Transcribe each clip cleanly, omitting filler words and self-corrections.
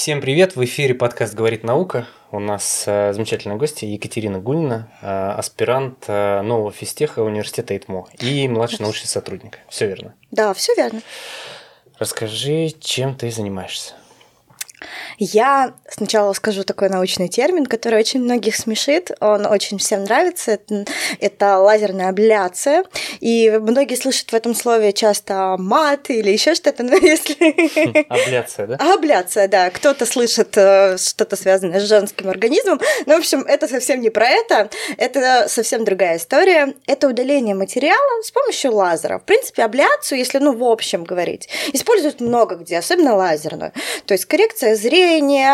Всем привет! В эфире подкаст «Говорит наука». У нас замечательная гостья Екатерина Гунина, аспирант нового физтеха университета ИТМО и младший научный сотрудник. Все верно? Да, все верно. Расскажи, чем ты занимаешься? Я сначала скажу такой научный термин, который очень многих смешит, он очень всем нравится, это лазерная абляция, и многие слышат в этом слове часто мат или еще что-то, но если... Абляция, да? Абляция, да, кто-то слышит что-то связанное с женским организмом, но, в общем, это совсем не про это совсем другая история, это удаление материала с помощью лазера. В принципе, абляцию, если, в общем говорить, используют много где, особенно лазерную, то есть коррекция зрения,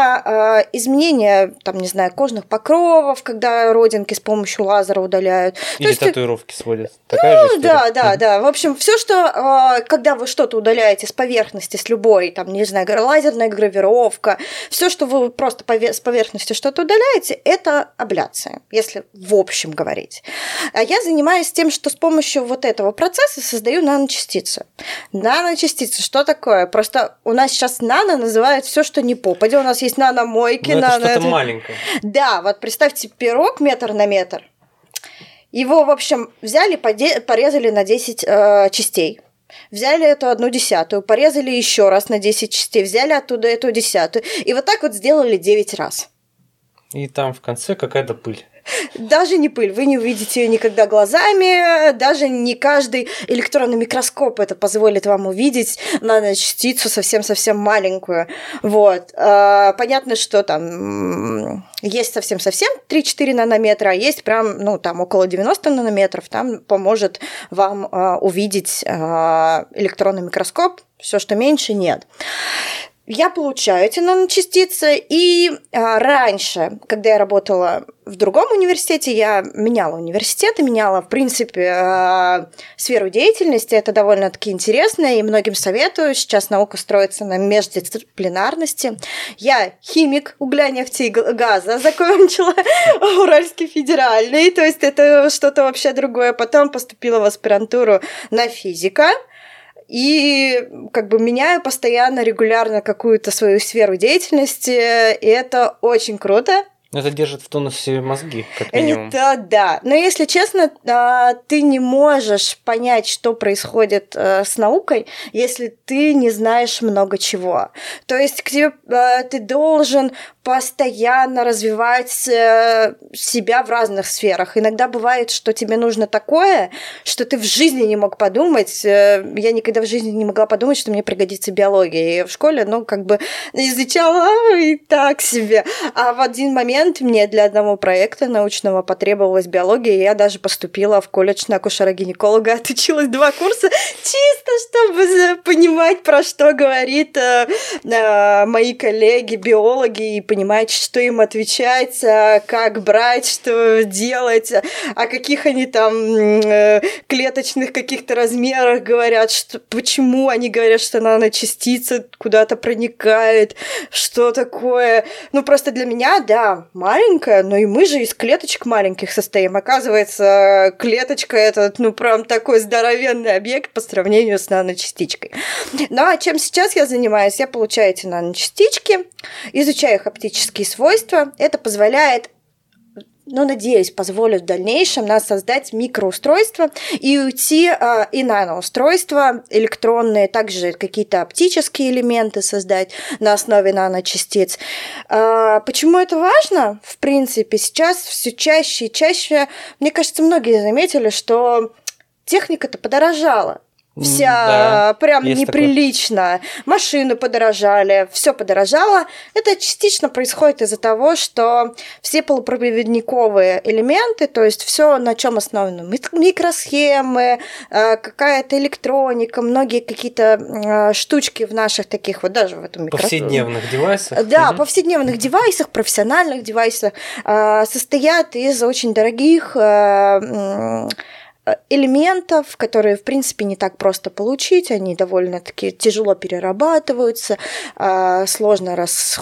изменение, кожных покровов, когда родинки с помощью лазера удаляют. Или татуировки сводят. Такая же история? Да. В общем, все, что, когда вы что-то удаляете с поверхности, с любой, лазерная гравировка, все, что вы просто с поверхности что-то удаляете, это абляция, если в общем говорить. А я занимаюсь тем, что с помощью вот этого процесса создаю наночастицы. Наночастицы, что такое? Просто у нас сейчас нано называют все, что не попадет. У нас есть наномойки. Это что-то маленькое. Да, вот представьте пирог метр на метр. Его, в общем, взяли, порезали на 10 частей. Взяли эту 1/10, порезали еще раз на 10 частей, взяли оттуда эту 1/10. И вот так вот сделали 9 раз. И там в конце какая-то пыль. Даже не пыль, вы не увидите ее никогда глазами, даже не каждый электронный микроскоп это позволит вам увидеть наночастицу совсем-совсем маленькую. Вот. Понятно, что там есть совсем-совсем 3-4 нанометра, а есть прям, около 90 нанометров, там поможет вам увидеть электронный микроскоп, все, что меньше, нет. Я получаю эти наночастицы, и раньше, когда я работала в другом университете, я меняла университеты, меняла, в принципе, сферу деятельности, это довольно-таки интересно, и многим советую, сейчас наука строится на междисциплинарности. Я химик угля, нефти и газа, закончила Уральский федеральный, то есть это что-то вообще другое, потом поступила в аспирантуру на физика, и меняю постоянно, регулярно какую-то свою сферу деятельности, и это очень круто. Это держит в тонусе мозги, как минимум. Это да. Но если честно, ты не можешь понять, что происходит с наукой, если ты не знаешь много чего. То есть ты должен постоянно развивать себя в разных сферах. Иногда бывает, что тебе нужно такое, что ты в жизни не мог подумать. Я никогда в жизни не могла подумать, что мне пригодится биология. Я в школе, изучала и так себе. А в один момент мне для одного проекта научного потребовалась биология, и я даже поступила в колледж на акушера-гинеколога, отучилась 2 курса, чисто чтобы понимать, про что говорит мои коллеги-биологи, и понимать, что им отвечать, как брать, что делать, о каких они там клеточных каких-то размерах говорят, почему они говорят, что наночастица куда-то проникает, что такое. Просто для меня, да, маленькая, но и мы же из клеточек маленьких состоим. Оказывается, клеточка – это, прям такой здоровенный объект по сравнению с наночастичкой. Ну, а чем сейчас я занимаюсь? Я получаю эти наночастички, изучаю их оптические свойства. Это позволяет, надеюсь, позволит в дальнейшем нас создать микроустройства и уйти и наноустройства электронные, также какие-то оптические элементы создать на основе наночастиц. Почему это важно? В принципе, сейчас все чаще и чаще, мне кажется, многие заметили, что техника-то подорожала. Вся прям неприлично. Такое. Машины подорожали, все подорожало. Это частично происходит из-за того, что все полупроводниковые элементы, то есть все, на чем основаны микросхемы, какая-то электроника, многие какие-то штучки в наших таких вот даже в этом повседневных девайсах. Да, повседневных девайсах, профессиональных девайсах состоят из очень дорогих элементов, которые, в принципе, не так просто получить, они довольно-таки тяжело перерабатываются, сложно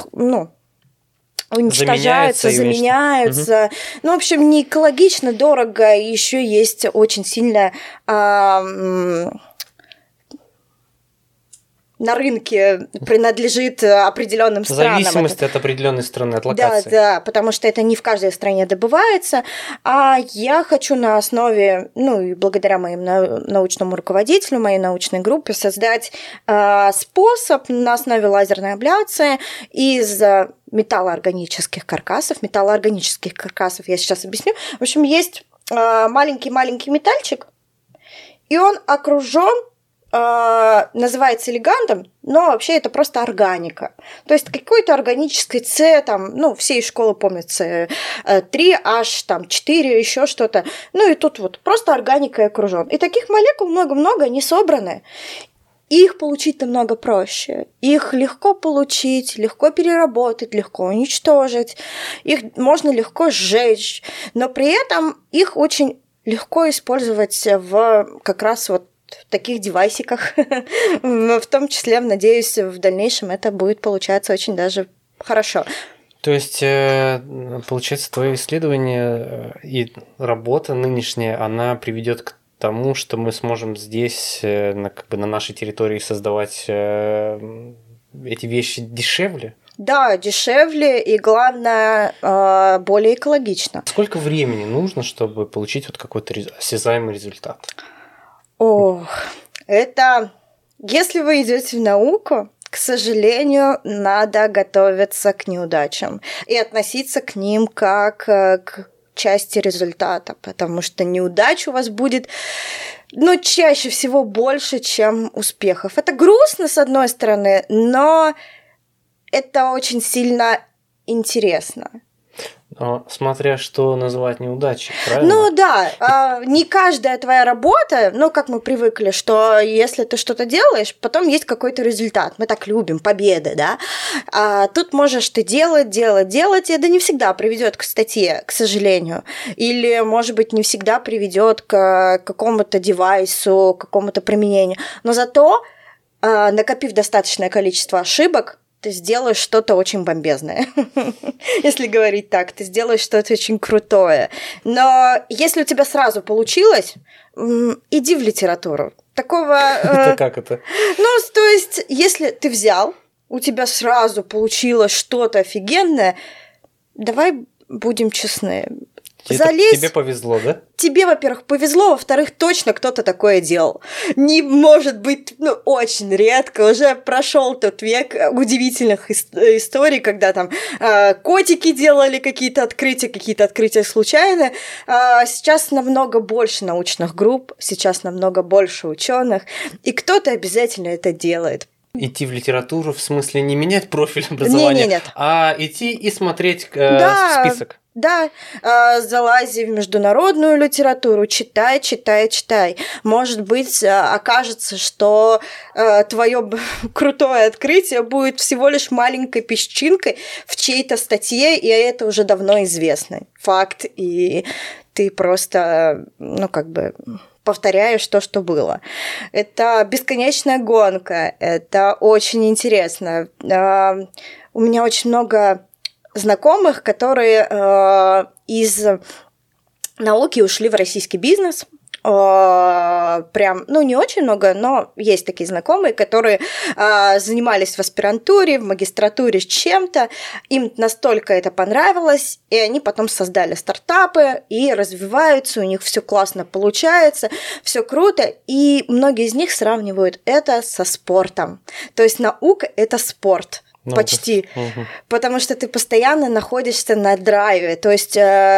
уничтожаются, заменяются. В общем, не экологично, дорого, и еще есть очень сильная на рынке принадлежит определенным странам. В зависимости от определенной страны, от локации. Да, потому что это не в каждой стране добывается. А я хочу на основе, и благодаря моим научному руководителю, моей научной группе, создать способ на основе лазерной абляции из металлоорганических каркасов. Я сейчас объясню. В общем, есть маленький-маленький метальчик, и он окружен, называется лигандом, но вообще это просто органика. То есть какой-то органический С, все из школы помнят С3H, 4, еще что-то. И тут вот просто органикой окружен. И таких молекул много-много, они собраны. Их получить намного проще. Их легко получить, легко переработать, легко уничтожить. Их можно легко сжечь. Но при этом их очень легко использовать как раз вот в таких девайсиках. В том числе, надеюсь, в дальнейшем это будет получаться очень даже хорошо. То есть, получается, твое исследование и работа нынешняя, она приведет к тому, что мы сможем здесь, на нашей территории, создавать эти вещи дешевле? Да, дешевле и, главное, более экологично. Сколько времени нужно, чтобы получить вот какой-то осязаемый результат? Это... Если вы идете в науку, к сожалению, надо готовиться к неудачам и относиться к ним как к части результата, потому что неудач у вас будет, чаще всего больше, чем успехов. Это грустно, с одной стороны, но это очень сильно интересно. Но смотря что называть неудачей, правильно? Да, не каждая твоя работа, как мы привыкли, что если ты что-то делаешь, потом есть какой-то результат. Мы так любим победы, да? А тут можешь ты делать, и это не всегда приведет к статье, к сожалению. Или, может быть, не всегда приведет к какому-то девайсу, к какому-то применению. Но зато, накопив достаточное количество ошибок, ты сделаешь что-то очень бомбезное. Если говорить так, ты сделаешь что-то очень крутое. Но если у тебя сразу получилось, иди в литературу. Такого... Это как это? То есть, если ты взял, у тебя сразу получилось что-то офигенное, давай будем честны. Залезь. Тебе повезло, да? Тебе, во-первых, повезло, во-вторых, точно кто-то такое делал. Не может быть, очень редко. Уже прошел тот век удивительных историй, когда там котики делали какие-то открытия случайные. Сейчас намного больше научных групп, сейчас намного больше ученых, и кто-то обязательно это делает. Идти в литературу, в смысле не менять профиль образования, Нет. А идти и смотреть список. Да, залази в международную литературу, читай. Может быть, окажется, что твое крутое открытие будет всего лишь маленькой песчинкой в чьей-то статье, и это уже давно известный факт, и ты просто, повторяешь то, что было. Это бесконечная гонка, это очень интересно. У меня очень много знакомых, которые из науки ушли в российский бизнес. Прям, не очень много, но есть такие знакомые, которые занимались в аспирантуре, в магистратуре с чем-то, им настолько это понравилось, и они потом создали стартапы и развиваются, у них все классно получается, все круто, и многие из них сравнивают это со спортом. То есть наука – это спорт. Почти. Потому что ты постоянно находишься на драйве. То есть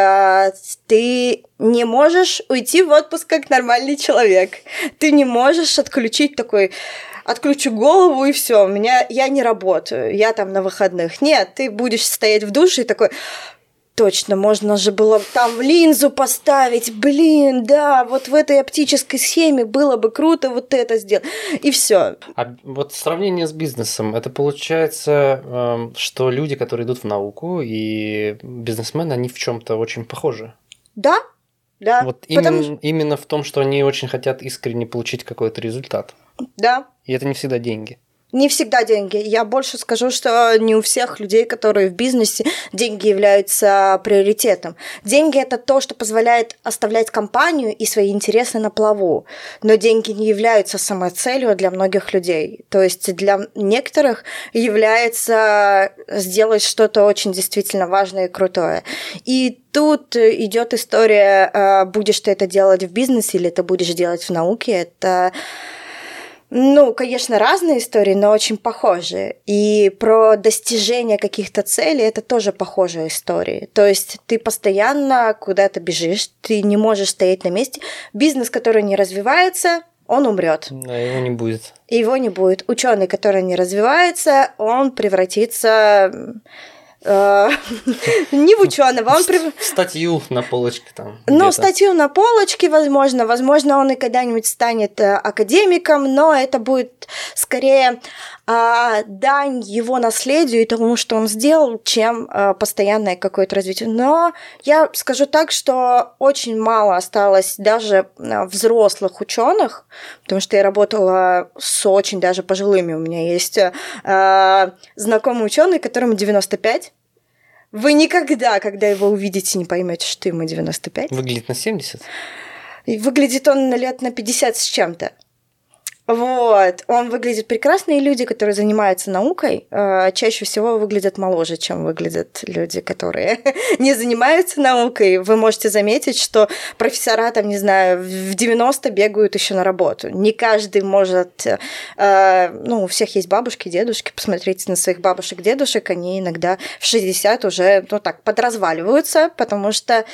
ты не можешь уйти в отпуск как нормальный человек. Ты не можешь отключить отключу голову и все. Я не работаю, я там на выходных. Нет, ты будешь стоять в душе и такой... Точно, можно же было там линзу поставить, да, вот в этой оптической схеме было бы круто вот это сделать, и все. А вот сравнение с бизнесом, это получается, что люди, которые идут в науку, и бизнесмены, они в чем-то очень похожи. Да. Вот именно в том, что они очень хотят искренне получить какой-то результат. Да. И это не всегда деньги. Не всегда деньги. Я больше скажу, что не у всех людей, которые в бизнесе, деньги являются приоритетом. Деньги – это то, что позволяет оставлять компанию и свои интересы на плаву. Но деньги не являются самоцелью для многих людей. То есть для некоторых является сделать что-то очень действительно важное и крутое. И тут идет история, будешь ты это делать в бизнесе или это будешь делать в науке. Это... конечно, разные истории, но очень похожие. И про достижение каких-то целей это тоже похожие истории. То есть ты постоянно куда-то бежишь, ты не можешь стоять на месте. Бизнес, который не развивается, он умрет. Да, его не будет. Его не будет. Ученый, который не развивается, он превратится... не в ученого, он статью на полочке там. Статью на полочке, возможно, он и когда-нибудь станет академиком, но это будет скорее дань его наследию и тому, что он сделал, чем постоянное какое-то развитие. Но я скажу так, что очень мало осталось даже взрослых ученых, потому что я работала с очень даже пожилыми. У меня есть знакомый ученый, которому 95. Вы никогда, когда его увидите, не поймете, что ему 95. Выглядит на 70? И выглядит он лет на 50 с чем-то. Вот. Он выглядит прекрасно, и люди, которые занимаются наукой, чаще всего выглядят моложе, чем выглядят люди, которые не занимаются наукой. Вы можете заметить, что профессора, там, не знаю, в 90 бегают еще на работу. Не каждый может... у всех есть бабушки, дедушки. Посмотрите на своих бабушек, дедушек. Они иногда в 60 уже, подразваливаются, потому что...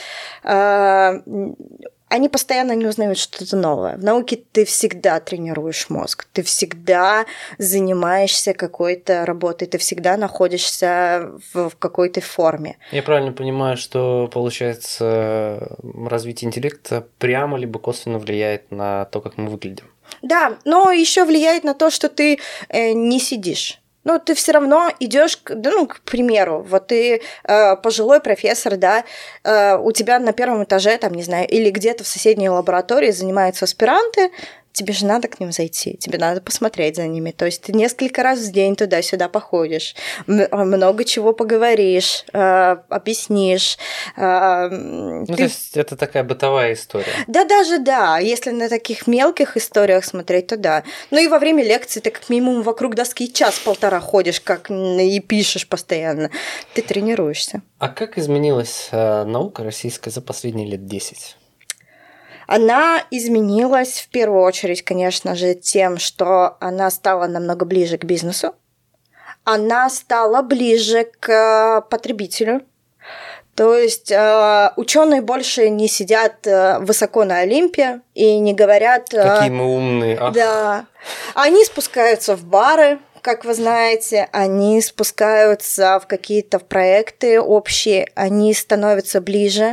они постоянно не узнают что-то новое. В науке ты всегда тренируешь мозг, ты всегда занимаешься какой-то работой, ты всегда находишься в какой-то форме. Я правильно понимаю, что, получается, развитие интеллекта прямо либо косвенно влияет на то, как мы выглядим? Да, но еще влияет на то, что ты не сидишь. Ты все равно идешь, к примеру, вот ты пожилой профессор, да, у тебя на первом этаже, там, не знаю, или где-то в соседней лаборатории занимаются аспиранты, тебе же надо к ним зайти, тебе надо посмотреть за ними. То есть ты несколько раз в день туда-сюда походишь, много чего поговоришь, объяснишь. То есть это такая бытовая история. Да, даже да. Если на таких мелких историях смотреть, то да. И во время лекции ты как минимум вокруг доски час-полтора ходишь и пишешь постоянно. Ты тренируешься. А как изменилась наука российская за последние лет 10? Она изменилась в первую очередь, конечно же, тем, что она стала намного ближе к бизнесу, она стала ближе к потребителю. То есть ученые больше не сидят высоко на Олимпе и не говорят... Какие мы умные. Ах. Да. Они спускаются в бары, как вы знаете, они спускаются в какие-то проекты общие, они становятся ближе.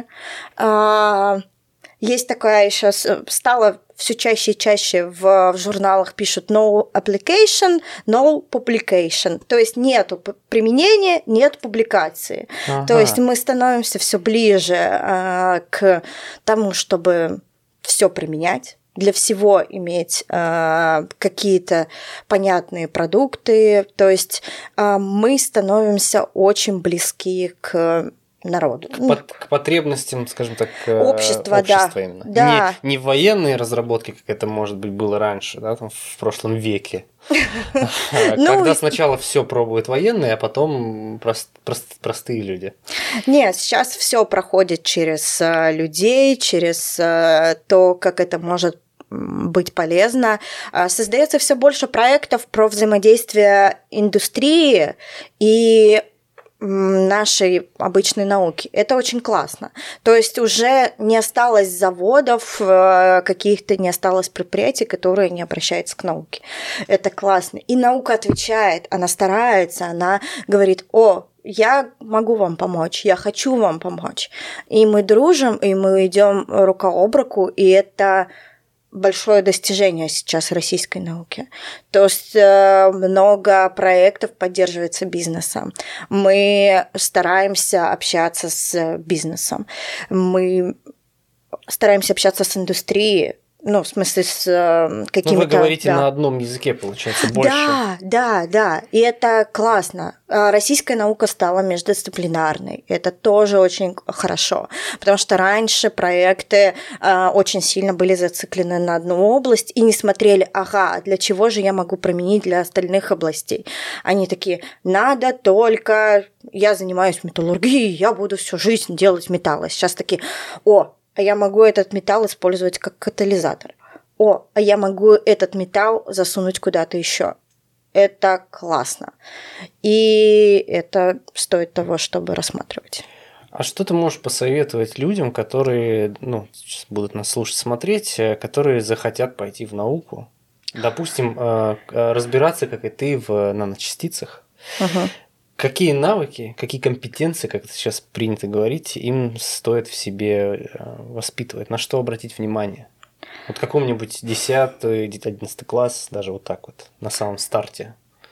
Есть такая еще, стало все чаще и чаще в журналах пишут no application, no publication. То есть нету применения, нет публикации. Ага. То есть мы становимся все ближе к тому, чтобы все применять. Для всего иметь какие-то понятные продукты. То есть мы становимся очень близки к народу. К потребностям, скажем так, общества да. Именно. Да. Не военные разработки, как это, может быть, было раньше, да, там, в прошлом веке. Когда сначала все пробуют военные, а потом простые люди. Нет, сейчас все проходит через людей, через то, как это может быть полезно. Создается все больше проектов про взаимодействие индустрии и нашей обычной науки. Это очень классно. То есть уже не осталось заводов, каких-то не осталось предприятий, которые не обращаются к науке. Это классно. И наука отвечает, она старается, она говорит: я могу вам помочь, я хочу вам помочь. И мы дружим, и мы идем рука об руку, и это большое достижение сейчас российской науки. То есть много проектов поддерживается бизнесом. Мы стараемся общаться с бизнесом. Мы стараемся общаться с индустрией. ну, в смысле, с какими-то... Ну, вы говорите на одном языке, получается, больше. Да, и это классно. Российская наука стала междисциплинарной. Это тоже очень хорошо, потому что раньше проекты очень сильно были зациклены на одну область и не смотрели, для чего же я могу применить для остальных областей. Они такие, надо только... Я занимаюсь металлургией, я буду всю жизнь делать металлы. Сейчас такие, а я могу этот металл использовать как катализатор. А я могу этот металл засунуть куда-то еще. Это классно. И это стоит того, чтобы рассматривать. А что ты можешь посоветовать людям, которые, сейчас будут нас слушать, смотреть, которые захотят пойти в науку? Допустим, разбираться, как и ты, в наночастицах. Угу. Какие навыки, какие компетенции, как это сейчас принято говорить, им стоит в себе воспитывать? На что обратить внимание? Вот каком-нибудь 10-11 класс, даже вот так вот, на самом старте.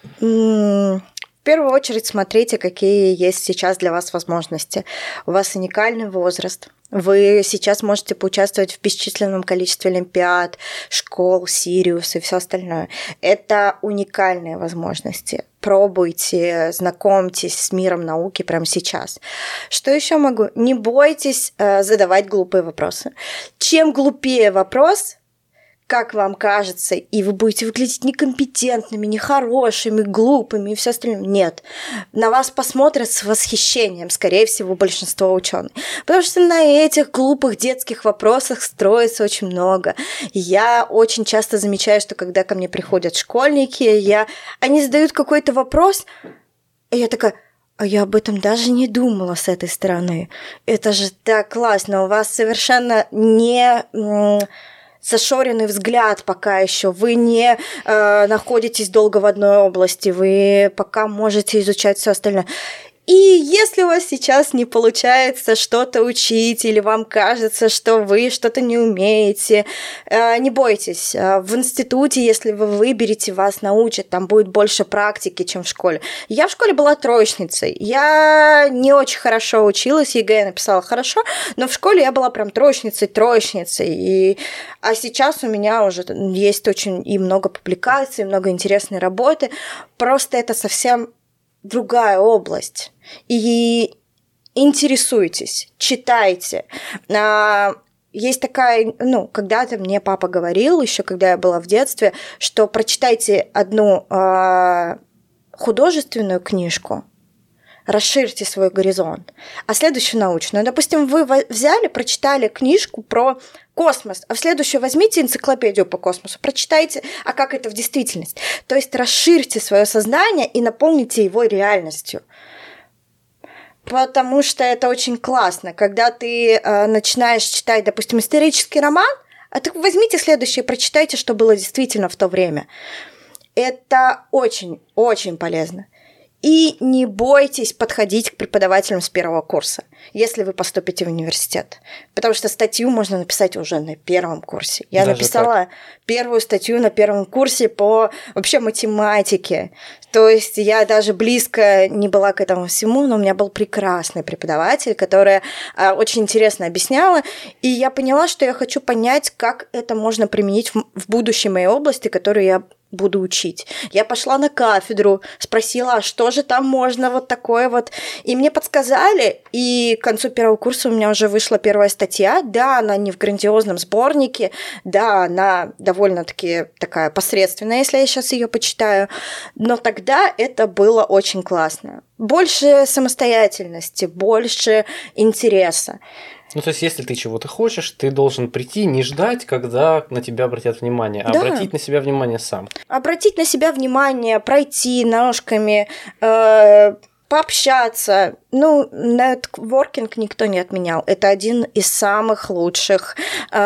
В первую очередь смотрите, какие есть сейчас для вас возможности. У вас уникальный возраст. Вы сейчас можете поучаствовать в бесчисленном количестве олимпиад, школ, Сириус и все остальное. Это уникальные возможности. Пробуйте, знакомьтесь с миром науки прямо сейчас. Что еще могу? Не бойтесь задавать глупые вопросы. Чем глупее вопрос, как вам кажется, и вы будете выглядеть некомпетентными, нехорошими, глупыми и все остальное. Нет. На вас посмотрят с восхищением, скорее всего, большинство ученых. Потому что на этих глупых детских вопросах строится очень много. Я очень часто замечаю, что когда ко мне приходят школьники, они задают какой-то вопрос, и я такая... А я об этом даже не думала с этой стороны. Это же так классно. У вас совершенно не... зашоренный взгляд пока еще. Вы не находитесь долго в одной области, вы пока можете изучать все остальное. И если у вас сейчас не получается что-то учить, или вам кажется, что вы что-то не умеете, не бойтесь. В институте, если вы выберете, вас научат, там будет больше практики, чем в школе. Я в школе была троечницей. Я не очень хорошо училась, ЕГЭ я написала хорошо, но в школе я была прям троечницей. А сейчас у меня уже есть очень и много публикаций, много интересной работы. Просто это совсем другая область. И интересуйтесь, читайте. Есть такая, когда-то мне папа говорил, еще когда я была в детстве, что прочитайте одну художественную книжку, расширьте свой горизонт, а следующую научную. Допустим, вы взяли, прочитали книжку про космос, а в следующую возьмите энциклопедию по космосу, прочитайте, а как это в действительности. То есть расширьте свое сознание и наполните его реальностью. Потому что это очень классно, когда ты начинаешь читать, допустим, исторический роман, а так возьмите следующий и прочитайте, что было действительно в то время. Это очень-очень полезно. И не бойтесь подходить к преподавателям с первого курса, если вы поступите в университет. Потому что статью можно написать уже на первом курсе. Я написала первую статью на первом курсе по вообще математике. То есть я даже близко не была к этому всему, но у меня был прекрасный преподаватель, которая очень интересно объясняла. И я поняла, что я хочу понять, как это можно применить в будущей моей области, которую я буду учить. Я пошла на кафедру, спросила, а что же там можно вот такое вот. И мне подсказали, и к концу первого курса у меня уже вышла первая статья. Да, она не в грандиозном сборнике, да, она довольно-таки такая посредственная, если я сейчас ее почитаю, но тогда это было очень классно. Больше самостоятельности, больше интереса. То есть, если ты чего-то хочешь, ты должен прийти, не ждать, когда на тебя обратят внимание, а обратить на себя внимание сам. Обратить на себя внимание, пройти ножками, пообщаться. Нетворкинг никто не отменял. Это один из самых лучших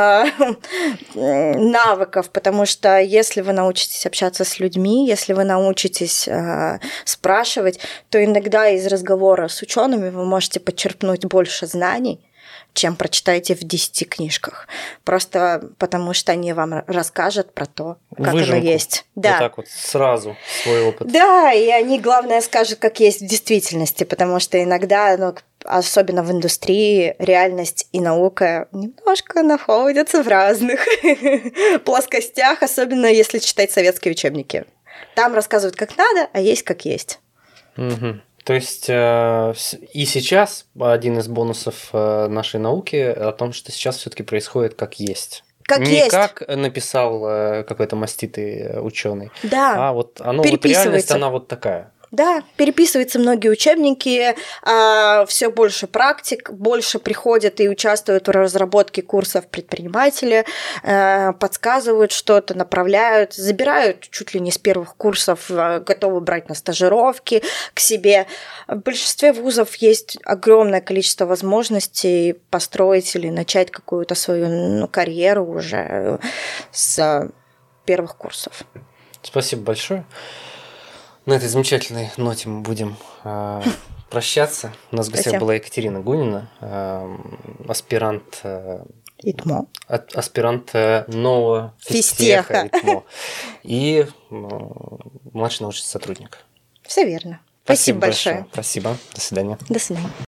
навыков, потому что если вы научитесь общаться с людьми, если вы научитесь спрашивать, то иногда из разговора с учеными вы можете подчерпнуть больше знаний, чем прочитаете в 10 книжках. Просто потому что они вам расскажут про то, как Выжимку. оно есть. Да. Вот так вот сразу свой опыт. Да, и они, главное, скажут, как есть в действительности, потому что иногда, ну, особенно в индустрии, реальность и наука немножко находятся в разных плоскостях, особенно если читать советские учебники. Там рассказывают как надо, а есть как есть. Угу. То есть и сейчас один из бонусов нашей науки о том, что сейчас все-таки происходит как есть. Как не есть. как написал какой-то маститый ученый, Да. а вот оно вот реальность, она вот такая. Да, переписываются многие учебники, все больше практик, больше приходят и участвуют в разработке курсов предприниматели, подсказывают что-то, направляют, забирают чуть ли не с первых курсов, готовы брать на стажировки к себе. В большинстве вузов есть огромное количество возможностей построить или начать какую-то свою карьеру уже с первых курсов. Спасибо большое. На этой замечательной ноте мы будем прощаться. У нас в гостях была Екатерина Гунина, аспирант ИТМО. Аспирант нового физтеха ИТМО и младший научный сотрудник. Все верно. Спасибо большое. Спасибо. До свидания. До свидания.